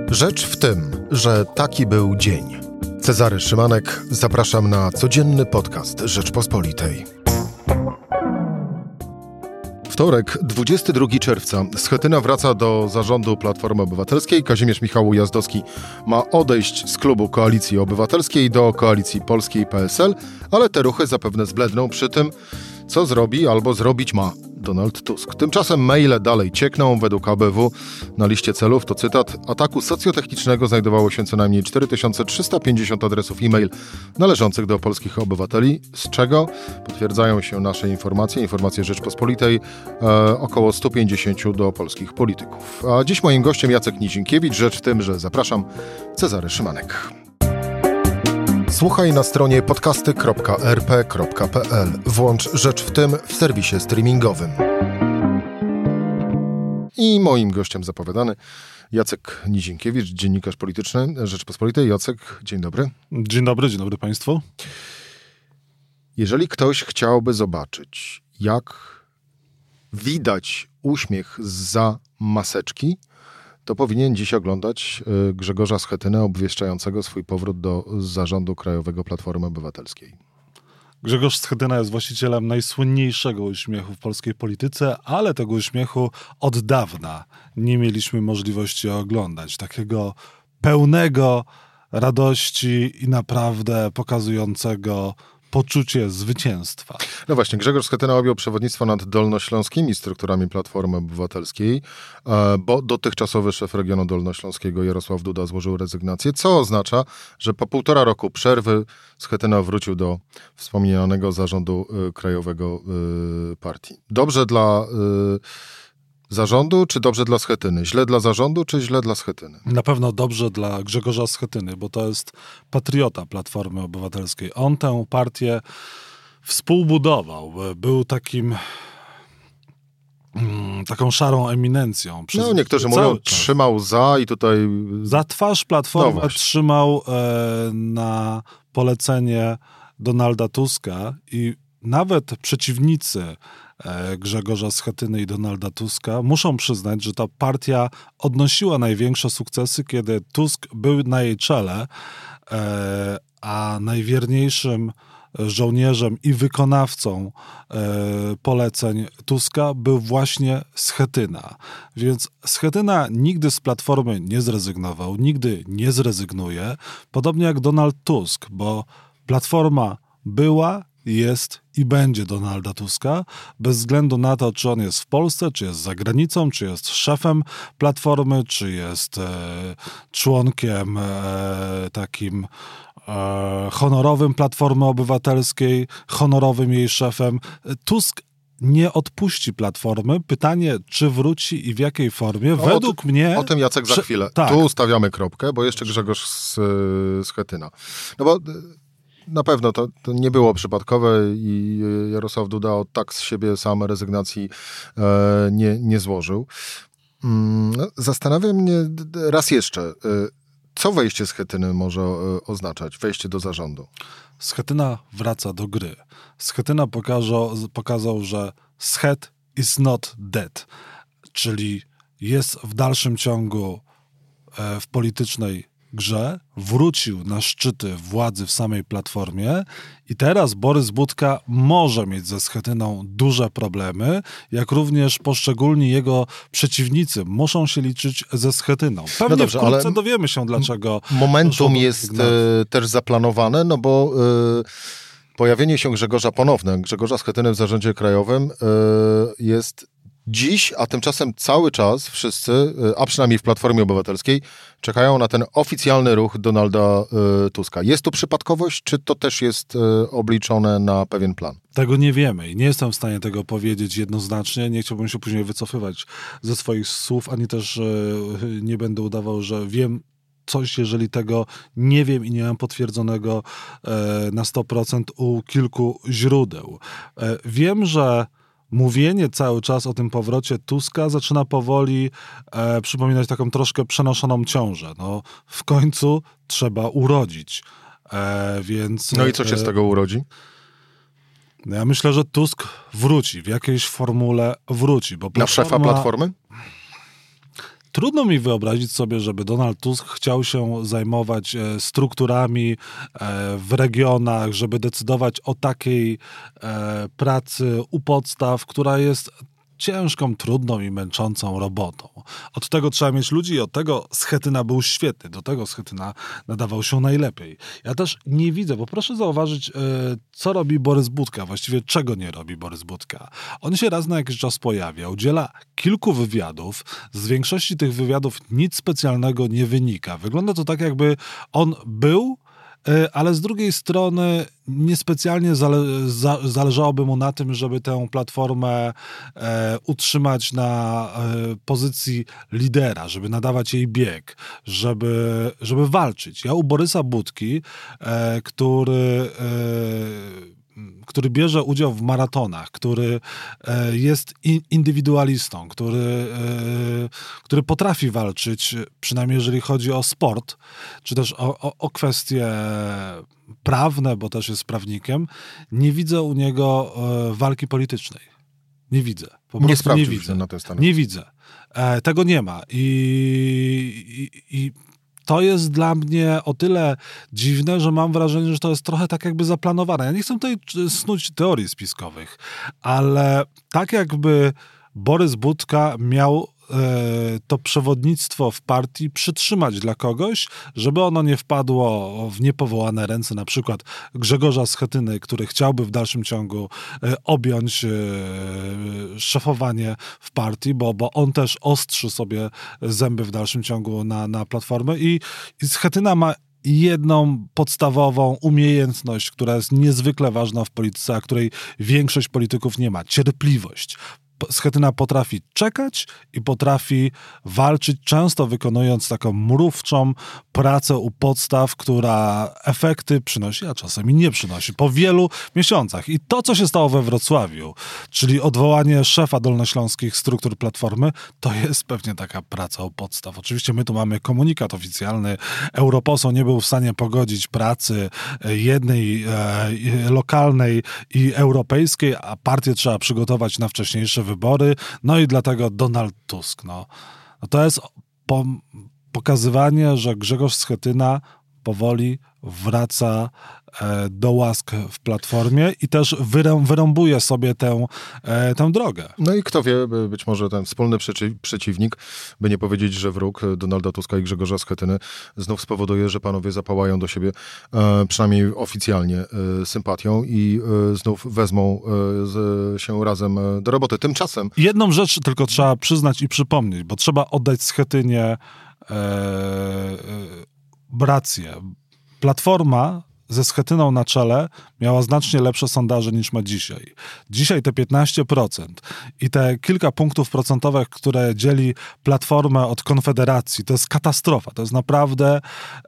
Rzecz w tym, że taki był dzień. Cezary Szymanek, zapraszam na codzienny podcast Rzeczpospolitej. Wtorek, 22 czerwca. Schetyna wraca do zarządu Platformy Obywatelskiej. Kazimierz Michał Ujazdowski ma odejść z klubu Koalicji Obywatelskiej do Koalicji Polskiej PSL, ale te ruchy zapewne zbledną przy tym, co zrobi albo zrobić ma Donald Tusk. Tymczasem maile dalej ciekną. Według ABW na liście celów, to cytat, ataku socjotechnicznego znajdowało się co najmniej 4350 adresów e-mail należących do polskich obywateli, z czego potwierdzają się nasze informacje Rzeczpospolitej, około 150 do polskich polityków. A dziś moim gościem Jacek Nizinkiewicz. Rzecz w tym, że zapraszam, Cezary Szymanek. Słuchaj na stronie podcasty.rp.pl. Włącz Rzecz w tym w serwisie streamingowym. I moim gościem zapowiadany Jacek Nizinkiewicz, dziennikarz polityczny Rzeczpospolitej. Jacek, dzień dobry. Dzień dobry Państwu. Jeżeli ktoś chciałby zobaczyć, jak widać uśmiech zza maseczki, to powinien dziś oglądać Grzegorza Schetynę obwieszczającego swój powrót do zarządu Krajowego Platformy Obywatelskiej. Grzegorz Schetyna jest właścicielem najsłynniejszego uśmiechu w polskiej polityce, ale tego uśmiechu od dawna nie mieliśmy możliwości oglądać. Takiego pełnego radości i naprawdę pokazującego poczucie zwycięstwa. No właśnie, Grzegorz Schetyna objął przewodnictwo nad dolnośląskimi strukturami Platformy Obywatelskiej, bo dotychczasowy szef regionu dolnośląskiego Jarosław Duda złożył rezygnację, co oznacza, że po 1,5 roku przerwy Schetyna wrócił do wspomnianego zarządu krajowego partii. Dobrze dla zarządu, czy dobrze dla Schetyny? Źle dla zarządu, czy źle dla Schetyny? Na pewno dobrze dla Grzegorza Schetyny, bo to jest patriota Platformy Obywatelskiej. On tę partię współbudował. Był taką szarą eminencją. No niektórzy mówią, trzymał za i tutaj... Za twarz Platformę trzymał na polecenie Donalda Tuska i nawet przeciwnicy Grzegorza Schetyny i Donalda Tuska muszą przyznać, że ta partia odnosiła największe sukcesy, kiedy Tusk był na jej czele, a najwierniejszym żołnierzem i wykonawcą poleceń Tuska był właśnie Schetyna. Więc Schetyna nigdy z Platformy nie zrezygnował, nigdy nie zrezygnuje, podobnie jak Donald Tusk, bo Platforma była, jest i będzie Donalda Tuska, bez względu na to, czy on jest w Polsce, czy jest za granicą, czy jest szefem Platformy, czy jest członkiem takim honorowym Platformy Obywatelskiej, honorowym jej szefem. Tusk nie odpuści Platformy. Pytanie, czy wróci i w jakiej formie? Według mnie... O tym, Jacek, za chwilę. Tak. Tu stawiamy kropkę, bo jeszcze Grzegorz Schetyna. No bo na pewno to nie było przypadkowe i Jarosław Duda tak z siebie sam rezygnacji nie złożył. Zastanawia mnie raz jeszcze, co wejście Schetyny może oznaczać, wejście do zarządu? Schetyna wraca do gry. Schetyna pokazał, że Schet is not dead, czyli jest w dalszym ciągu w politycznej grze, wrócił na szczyty władzy w samej Platformie i teraz Borys Budka może mieć ze Schetyną duże problemy, jak również poszczególni jego przeciwnicy muszą się liczyć ze Schetyną. Pewnie wkrótce dowiemy się, dlaczego. Momentum jest też zaplanowane, no bo pojawienie się Grzegorza Schetyny w zarządzie krajowym jest dziś, a tymczasem cały czas wszyscy, a przynajmniej w Platformie Obywatelskiej, czekają na ten oficjalny ruch Donalda Tuska. Jest to przypadkowość, czy to też jest obliczone na pewien plan? Tego nie wiemy i nie jestem w stanie tego powiedzieć jednoznacznie. Nie chciałbym się później wycofywać ze swoich słów, ani też nie będę udawał, że wiem coś, jeżeli tego nie wiem i nie mam potwierdzonego na 100% u kilku źródeł. Wiem, że mówienie cały czas o tym powrocie Tuska zaczyna powoli przypominać taką troszkę przenoszoną ciążę. No, w końcu trzeba urodzić. Więc, no i co się z tego urodzi? Ja myślę, że Tusk wróci, w jakiejś formule wróci. Bo na szefa Platformy? trudno mi wyobrazić sobie, żeby Donald Tusk chciał się zajmować strukturami w regionach, żeby decydować o takiej pracy u podstaw, która jest ciężką, trudną i męczącą robotą. Od tego trzeba mieć ludzi i od tego Schetyna był świetny. Do tego Schetyna nadawał się najlepiej. Ja też nie widzę, bo proszę zauważyć, co robi Borys Budka, właściwie czego nie robi Borys Budka. On się raz na jakiś czas pojawia, udziela kilku wywiadów. Z większości tych wywiadów nic specjalnego nie wynika. Wygląda to tak, jakby on był, ale z drugiej strony niespecjalnie zależałoby mu na tym, żeby tę platformę utrzymać na pozycji lidera, żeby nadawać jej bieg, żeby walczyć. Ja u Borysa Budki, który bierze udział w maratonach, który jest indywidualistą, który potrafi walczyć, przynajmniej jeżeli chodzi o sport, czy też o kwestie prawne, bo też jest prawnikiem, nie widzę u niego walki politycznej. Nie widzę. Po prostu nie widzę. Na ten stan. Nie widzę. Tego nie ma. I to jest dla mnie o tyle dziwne, że mam wrażenie, że to jest trochę tak jakby zaplanowane. Ja nie chcę tutaj snuć teorii spiskowych, ale tak jakby Borys Budka miał to przewodnictwo w partii przytrzymać dla kogoś, żeby ono nie wpadło w niepowołane ręce, na przykład Grzegorza Schetyny, który chciałby w dalszym ciągu objąć szefowanie w partii, bo on też ostrzy sobie zęby w dalszym ciągu na Platformę i Schetyna ma jedną podstawową umiejętność, która jest niezwykle ważna w polityce, a której większość polityków nie ma. Cierpliwość. Schetyna potrafi czekać i potrafi walczyć, często wykonując taką mrówczą pracę u podstaw, która efekty przynosi, a czasami nie przynosi, po wielu miesiącach. I to, co się stało we Wrocławiu, czyli odwołanie szefa dolnośląskich struktur Platformy, to jest pewnie taka praca u podstaw. Oczywiście my tu mamy komunikat oficjalny. Europoseł nie był w stanie pogodzić pracy jednej lokalnej i europejskiej, a partię trzeba przygotować na wcześniejsze wybory, no i dlatego Donald Tusk. No to jest pokazywanie, że Grzegorz Schetyna powoli wraca do łask w Platformie i też wyrąbuje sobie tę drogę. No i kto wie, być może ten wspólny przeciwnik, by nie powiedzieć, że wróg Donalda Tuska i Grzegorza Schetyny znów spowoduje, że panowie zapałają do siebie przynajmniej oficjalnie sympatią i znów wezmą się razem do roboty. Tymczasem... Jedną rzecz tylko trzeba przyznać i przypomnieć, bo trzeba oddać Schetynie rację. Platforma ze Schetyną na czele miała znacznie lepsze sondaże niż ma dzisiaj. Dzisiaj te 15% i te kilka punktów procentowych, które dzieli Platformę od Konfederacji, to jest katastrofa. To jest naprawdę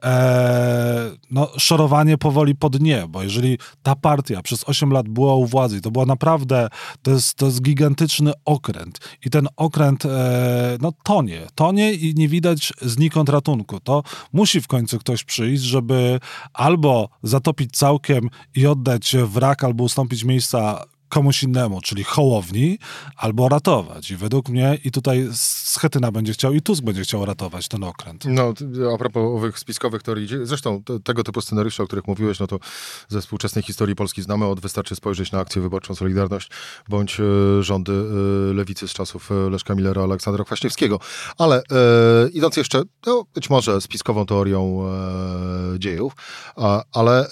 szorowanie powoli po dnie, bo jeżeli ta partia przez 8 lat była u władzy, to była naprawdę, to jest gigantyczny okręt. I ten okręt tonie i nie widać znikąd ratunku. To musi w końcu ktoś przyjść, żeby albo zatopić całkiem i oddać wrak, albo ustąpić miejsca komuś innemu, czyli Hołowni, albo ratować. I według mnie i tutaj Schetyna będzie chciał i Tusk będzie chciał ratować ten okręt. No, a propos owych spiskowych teorii, zresztą tego typu scenariusze, o których mówiłeś, no to ze współczesnej historii Polski znamy, wystarczy spojrzeć na akcję wyborczą Solidarność, bądź rządy lewicy z czasów Leszka Millera, Aleksandra Kwaśniewskiego. Ale idąc jeszcze, być może spiskową teorią dziejów, ale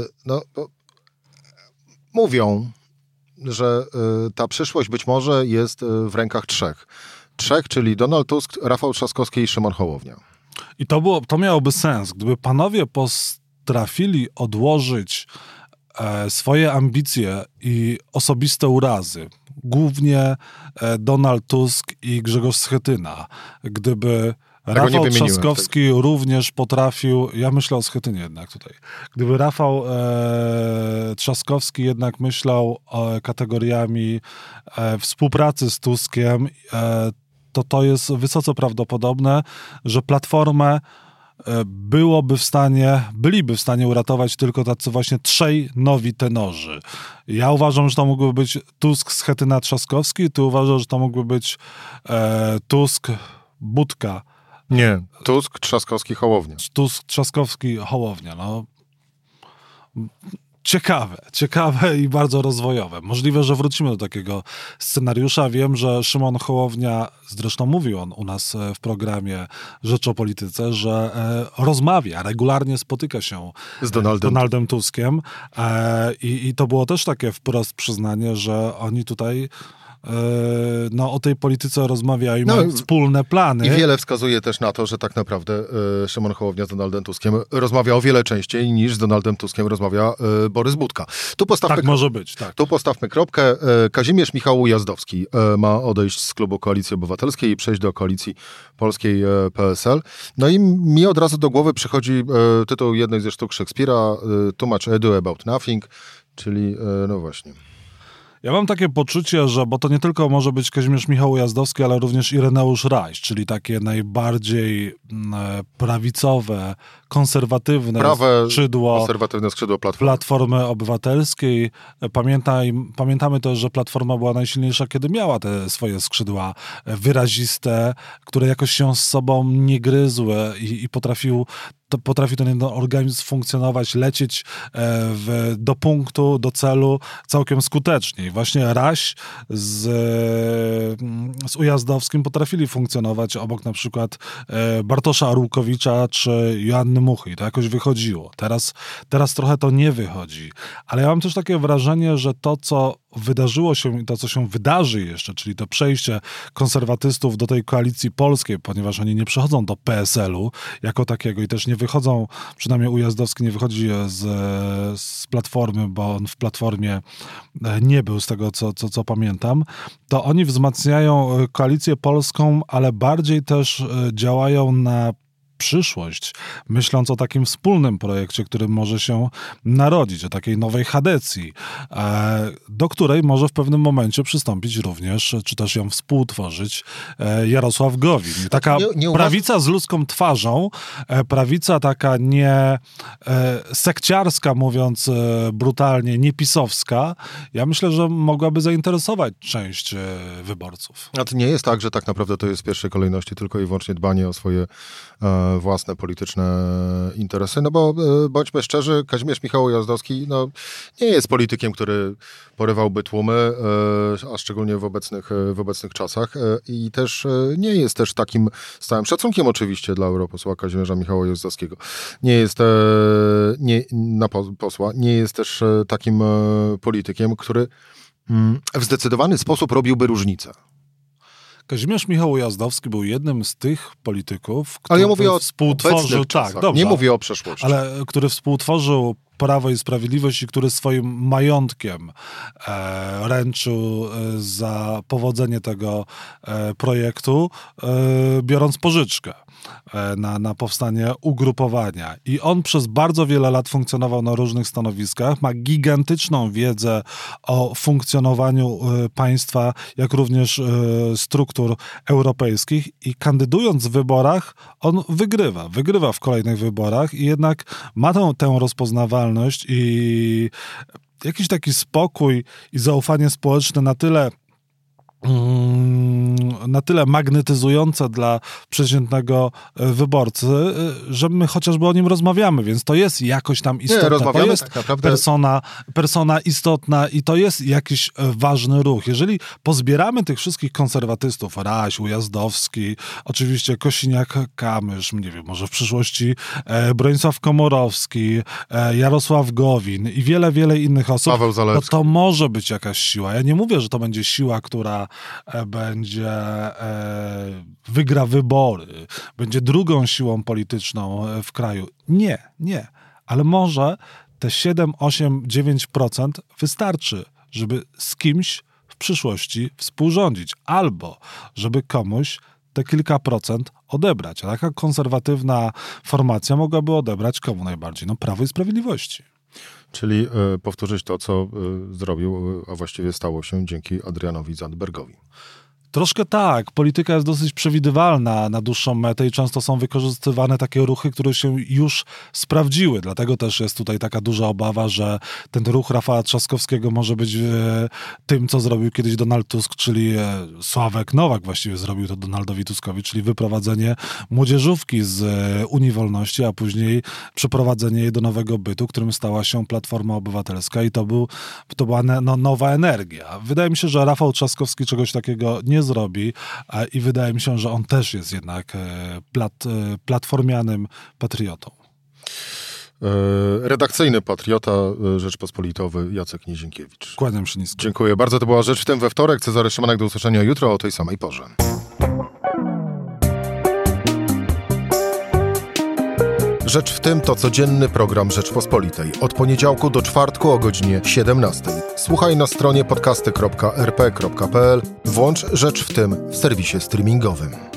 mówią, że ta przyszłość być może jest w rękach trzech, czyli Donald Tusk, Rafał Trzaskowski i Szymon Hołownia. I to miałoby sens, gdyby panowie potrafili odłożyć swoje ambicje i osobiste urazy, głównie Donald Tusk i Grzegorz Schetyna, gdyby Rafał Trzaskowski również potrafił, ja myślę o Schetynie jednak tutaj, gdyby Rafał Trzaskowski jednak myślał kategoriami współpracy z Tuskiem, to jest wysoce prawdopodobne, że Platformę byliby w stanie uratować tylko tacy właśnie trzej nowi tenorzy. Ja uważam, że to mógłby być Tusk, Schetyna, Trzaskowski, ty uważasz, że to mógłby być Tusk, Budka. Nie, Tusk, Trzaskowski, Hołownia. Tusk, Trzaskowski, Hołownia. No. Ciekawe i bardzo rozwojowe. Możliwe, że wrócimy do takiego scenariusza. Wiem, że Szymon Hołownia, zresztą mówił on u nas w programie Rzecz o Polityce, że rozmawia, regularnie spotyka się z Donaldem Tuskiem i to było też takie wprost przyznanie, że oni tutaj o tej polityce rozmawiają i mają wspólne plany. I wiele wskazuje też na to, że tak naprawdę Szymon Hołownia z Donaldem Tuskiem rozmawia o wiele częściej niż z Donaldem Tuskiem rozmawia Borys Budka. Może być. Tak. Tu postawmy kropkę. Kazimierz Michał Ujazdowski ma odejść z klubu Koalicji Obywatelskiej i przejść do Koalicji Polskiej PSL. No i mi od razu do głowy przychodzi tytuł jednej ze sztuk Szekspira, Too much ado about nothing, czyli no właśnie... Ja mam takie poczucie, że, bo to nie tylko może być Kazimierz Michał Ujazdowski, ale również Ireneusz Raś, czyli takie najbardziej prawicowe, konserwatywne skrzydło Platformy Obywatelskiej. Pamiętamy też, że Platforma była najsilniejsza, kiedy miała te swoje skrzydła wyraziste, które jakoś się z sobą nie gryzły i potrafi ten organizm funkcjonować, lecieć do punktu, do celu całkiem skutecznie. I właśnie Raś z Ujazdowskim potrafili funkcjonować obok na przykład Bartosza Arłukowicza czy Joanny Muchy. I to jakoś wychodziło. Teraz trochę to nie wychodzi. Ale ja mam też takie wrażenie, że to, co wydarzyło się i to, co się wydarzy jeszcze, czyli to przejście konserwatystów do tej Koalicji Polskiej, ponieważ oni nie przechodzą do PSL-u jako takiego i też nie wychodzą, przynajmniej Ujazdowski nie wychodzi z Platformy, bo on w Platformie nie był, z tego co pamiętam, to oni wzmacniają Koalicję Polską, ale bardziej też działają na przyszłość, myśląc o takim wspólnym projekcie, który może się narodzić, o takiej nowej chadecji, do której może w pewnym momencie przystąpić również, czy też ją współtworzyć Jarosław Gowin. Taka prawica z ludzką twarzą, prawica taka nie sekciarska, mówiąc brutalnie, nie pisowska, ja myślę, że mogłaby zainteresować część wyborców. A to nie jest tak, że tak naprawdę to jest w pierwszej kolejności tylko i wyłącznie dbanie o swoje własne polityczne interesy, no bo bądźmy szczerzy, Kazimierz Michał Ujazdowski nie jest politykiem, który porywałby tłumy, a szczególnie w obecnych czasach i też nie jest też takim, z całym szacunkiem oczywiście dla europosła Kazimierza Michała Ujazdowskiego, posła, nie jest też takim politykiem, który w zdecydowany sposób robiłby różnicę. Kazimierz Michał Ujazdowski był jednym z tych polityków, który ja mówię o współtworzył, nie mówię o przeszłości, ale który współtworzył Prawo i Sprawiedliwość i który swoim majątkiem ręczył za powodzenie tego projektu, biorąc pożyczkę na powstanie ugrupowania. I on przez bardzo wiele lat funkcjonował na różnych stanowiskach, ma gigantyczną wiedzę o funkcjonowaniu państwa, jak również struktur europejskich i kandydując w wyborach, on wygrywa w kolejnych wyborach i jednak ma tę rozpoznawalność i jakiś taki spokój i zaufanie społeczne na tyle magnetyzujące dla przeciętnego wyborcy, że my chociażby o nim rozmawiamy, więc to jest jakoś tam istotne. To jest tak naprawdę persona istotna i to jest jakiś ważny ruch. Jeżeli pozbieramy tych wszystkich konserwatystów, Raś, Ujazdowski, oczywiście Kosiniak-Kamysz, nie wiem, może w przyszłości Bronisław Komorowski, Jarosław Gowin i wiele, wiele innych osób, to może być jakaś siła. Ja nie mówię, że to będzie siła, która wygra wybory, będzie drugą siłą polityczną w kraju. Nie. Ale może te 7, 8, 9% wystarczy, żeby z kimś w przyszłości współrządzić. Albo żeby komuś te kilka procent odebrać. A taka konserwatywna formacja mogłaby odebrać komu najbardziej? Prawo i Sprawiedliwości. Czyli powtórzyć to, co zrobił, a właściwie stało się dzięki Adrianowi Zandbergowi. Troszkę tak. Polityka jest dosyć przewidywalna na dłuższą metę i często są wykorzystywane takie ruchy, które się już sprawdziły. Dlatego też jest tutaj taka duża obawa, że ten ruch Rafała Trzaskowskiego może być tym, co zrobił kiedyś Donald Tusk, czyli Sławek Nowak właściwie zrobił to Donaldowi Tuskowi, czyli wyprowadzenie młodzieżówki z Unii Wolności, a później przeprowadzenie jej do nowego bytu, którym stała się Platforma Obywatelska i to była nowa energia. Wydaje mi się, że Rafał Trzaskowski czegoś takiego nie zrobi i wydaje mi się, że on też jest jednak platformianym patriotą. Redakcyjny patriota rzeczpospolitowy Jacek Nizinkiewicz. Kłaniam się nisko. Dziękuję bardzo. To była Rzecz w tym we wtorek. Cezary Szymanek, do usłyszenia jutro o tej samej porze. Rzecz w tym to codzienny program Rzeczpospolitej. Od poniedziałku do czwartku o godzinie 17. Słuchaj na stronie podcasty.rp.pl. Włącz Rzecz w tym w serwisie streamingowym.